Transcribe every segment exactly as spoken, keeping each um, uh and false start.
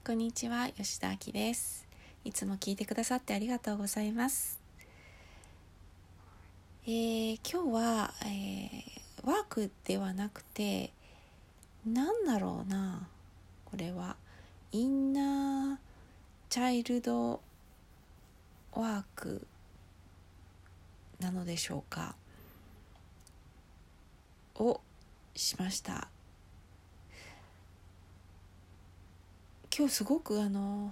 こんにちは、吉田明です。いつも聞いてくださってありがとうございます。えー、今日は、えー、ワークではなくて、なんだろうな、これはインナーチャイルドワークなのでしょうかをしました。今日すごくあの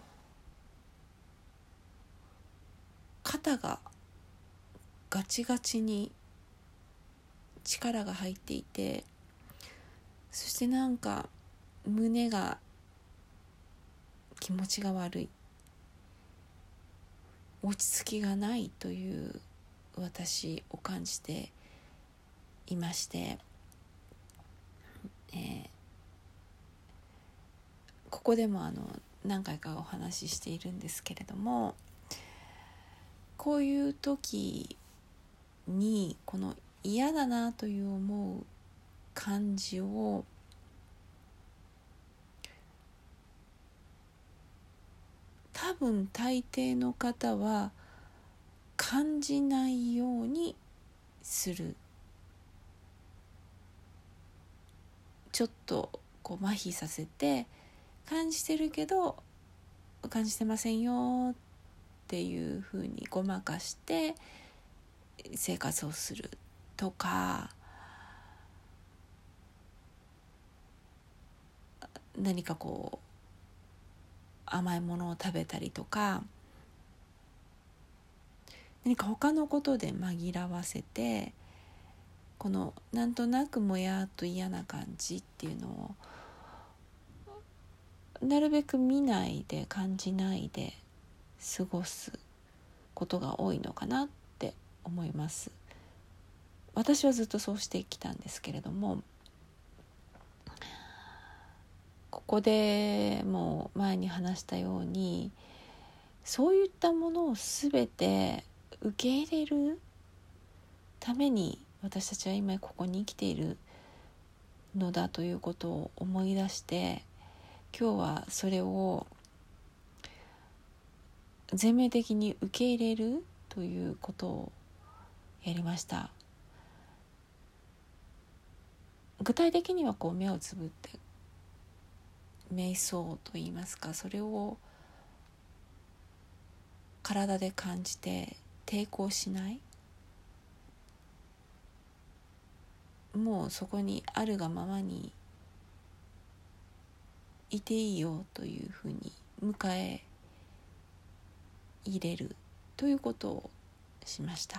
肩がガチガチに力が入っていて、そしてなんか胸が気持ちが悪い、落ち着きがないという私を感じていまして、えー、ここでもあの何回かお話ししているんですけれども、こういう時にこの嫌だなという思う感じを多分大抵の方は感じないようにする。ちょっとこう麻痺させて、感じてるけど感じてませんよっていうふうにごまかして生活をするとか、何かこう甘いものを食べたりとか、何か他のことで紛らわせて、このなんとなくもやっと嫌な感じっていうのをなるべく見ないで感じないで過ごすことが多いのかなって思います。私はずっとそうしてきたんですけれども、ここでもう前に話したように、そういったものをすべて受け入れるために私たちは今ここに生きているのだということを思い出して、今日はそれを全面的に受け入れるということをやりました。具体的にはこう目をつぶって瞑想といいますか、それを体で感じて抵抗しない、もうそこにあるがままにいていいよというふうに迎え入れるということをしました。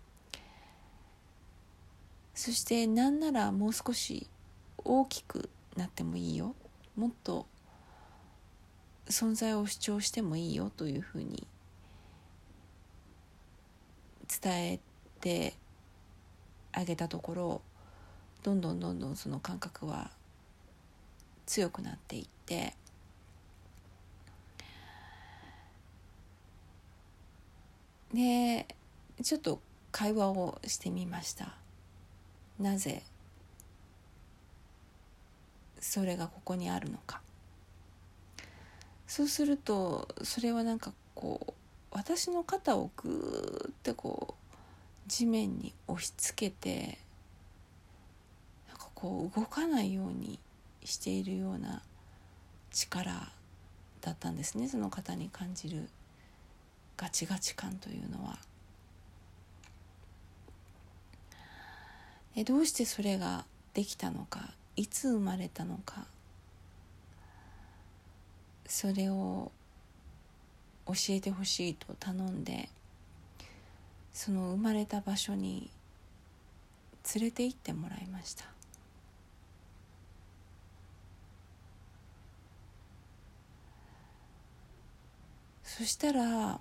そしてなんならもう少し大きくなってもいいよ、もっと存在を主張してもいいよというふうに伝えてあげたところ、どんどんどんどんその感覚は強くなっていって、でちょっと会話をしてみました。なぜそれがここにあるのか。そうすると、それはなんかこう私の肩をぐーってこう地面に押し付けて、なんかこう動かないようにしているような力だったんですね。その肩に感じるガチガチ感というのは。でどうしてそれができたのか、いつ生まれたのか、それを教えてほしいと頼んで、その生まれた場所に連れて行ってもらいました。そしたら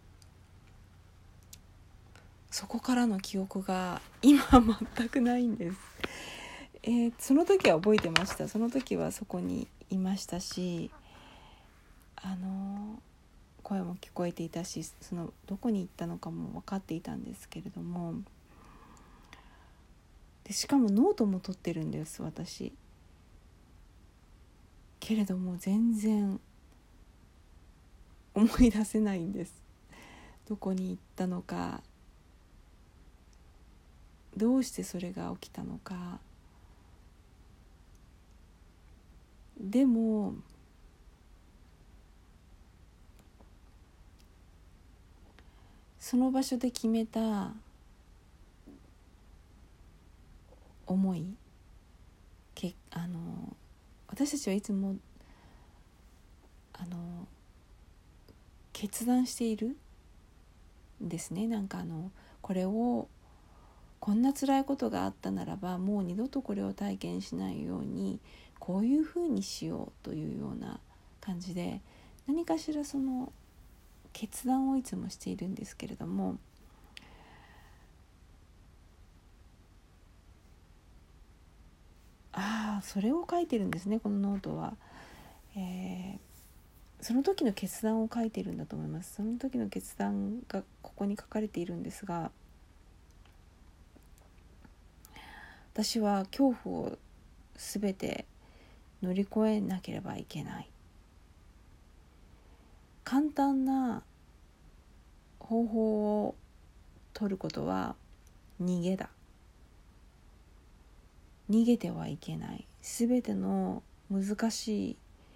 そこからの記憶が今全くないんです。えー、その時は覚えてました。その時はそこにいましたし、あの声も聞こえていたし、そのどこに行ったのかも分かっていたんですけれども、でしかもノートも取ってるんです私。けれども全然思い出せないんです。どこに行ったのか、どうしてそれが起きたのか。でもその場所で決めた思い、けあの私たちはいつもあの決断しているんですね。なんかあのこれをこんな辛いことがあったならばもう二度とこれを体験しないようにこういうふうにしようというような感じで何かしらその決断をいつもしているんですけれども、ああそれを書いてるんですね、このノートは。えー、その時の決断を書いているんだと思います。その時の決断がここに書かれているんですが、私は恐怖をすべて乗り越えなければいけない。簡単な方法を取ることは逃げだ。逃げてはいけない。すべての難しい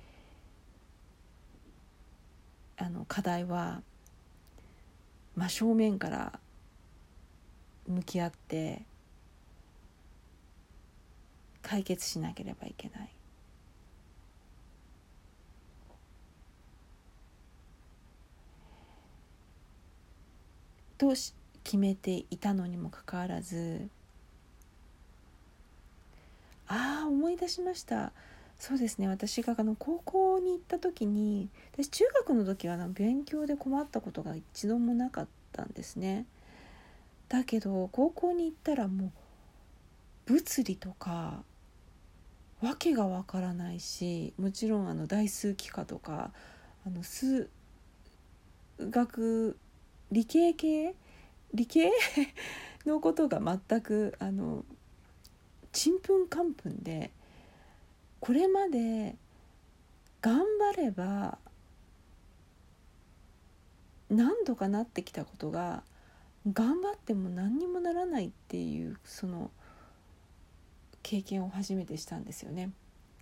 あの課題は真正面から向き合って解決しなければいけない。と決めていたのにもかかわらず、ああ思い出しました。そうですね、私があの高校に行った時に、私中学の時は勉強で困ったことが一度もなかったんですね。だけど高校に行ったらもう物理とかわけがわからないし、もちろんあの代数幾何とかあの数学理系系理系のことが全くあのちんぷんかんぷんで、これまで頑張れば何度かなってきたことが頑張っても何にもならないっていうその経験を初めてしたんですよね。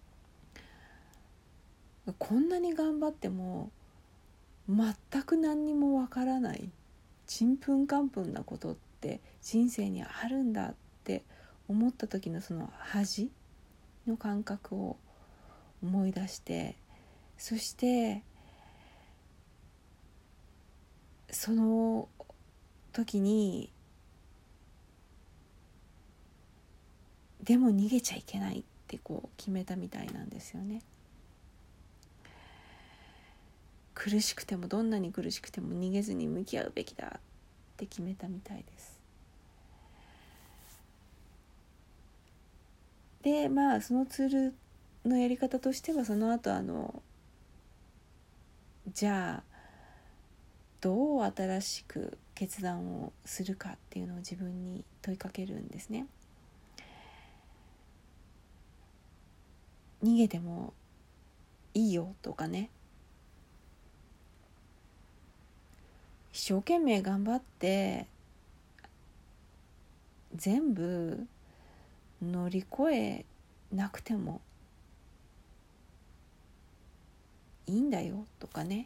こんなに頑張っても全く何にもわからないちんぷんかんぷんなことって人生にあるんだって思った時のその恥の感覚を思い出して、そしてその時にでも逃げちゃいけないってこう決めたみたいなんですよね。苦しくてもどんなに苦しくても逃げずに向き合うべきだって決めたみたいです。でまあそのツールのやり方としては、その後あのじゃあどう新しく決断をするかっていうのを自分に問いかけるんですね。逃げてもいいよとかね、一生懸命頑張って全部乗り越えなくてもいいんだよとかね、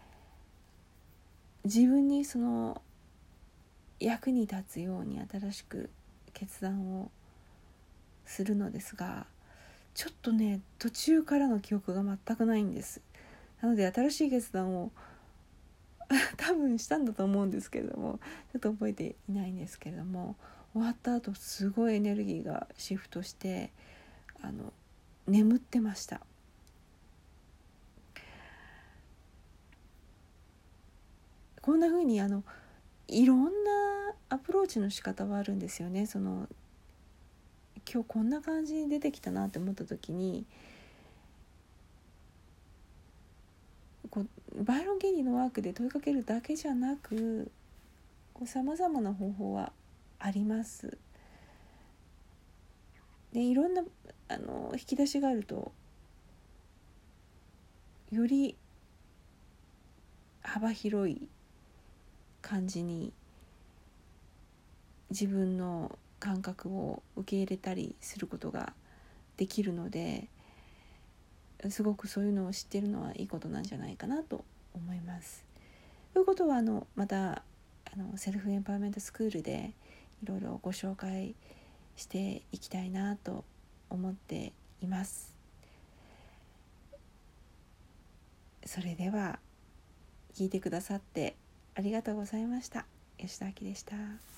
自分にその役に立つように新しく決断をするのですが、ちょっとね途中からの記憶が全くないんです。なので新しい決断を多分したんだと思うんですけれども、ちょっと覚えていないんですけれども、終わった後すごいエネルギーがシフトしてあの眠ってました。こんな風にあのいろんなアプローチの仕方はあるんですよね。その今日こんな感じに出てきたなって思った時に、こうバイロン・ゲリーのワークで問いかけるだけじゃなく、さまざまな方法はあります。でいろんなあの引き出しがあるとより幅広い感じに自分の感覚を受け入れたりすることができるので、すごくそういうのを知っているのはいいことなんじゃないかなと思います。ということはあのまたあのセルフエンパワーメントスクールでいろいろご紹介していきたいなと思っています。それでは聞いてくださってありがとうございました。吉田明でした。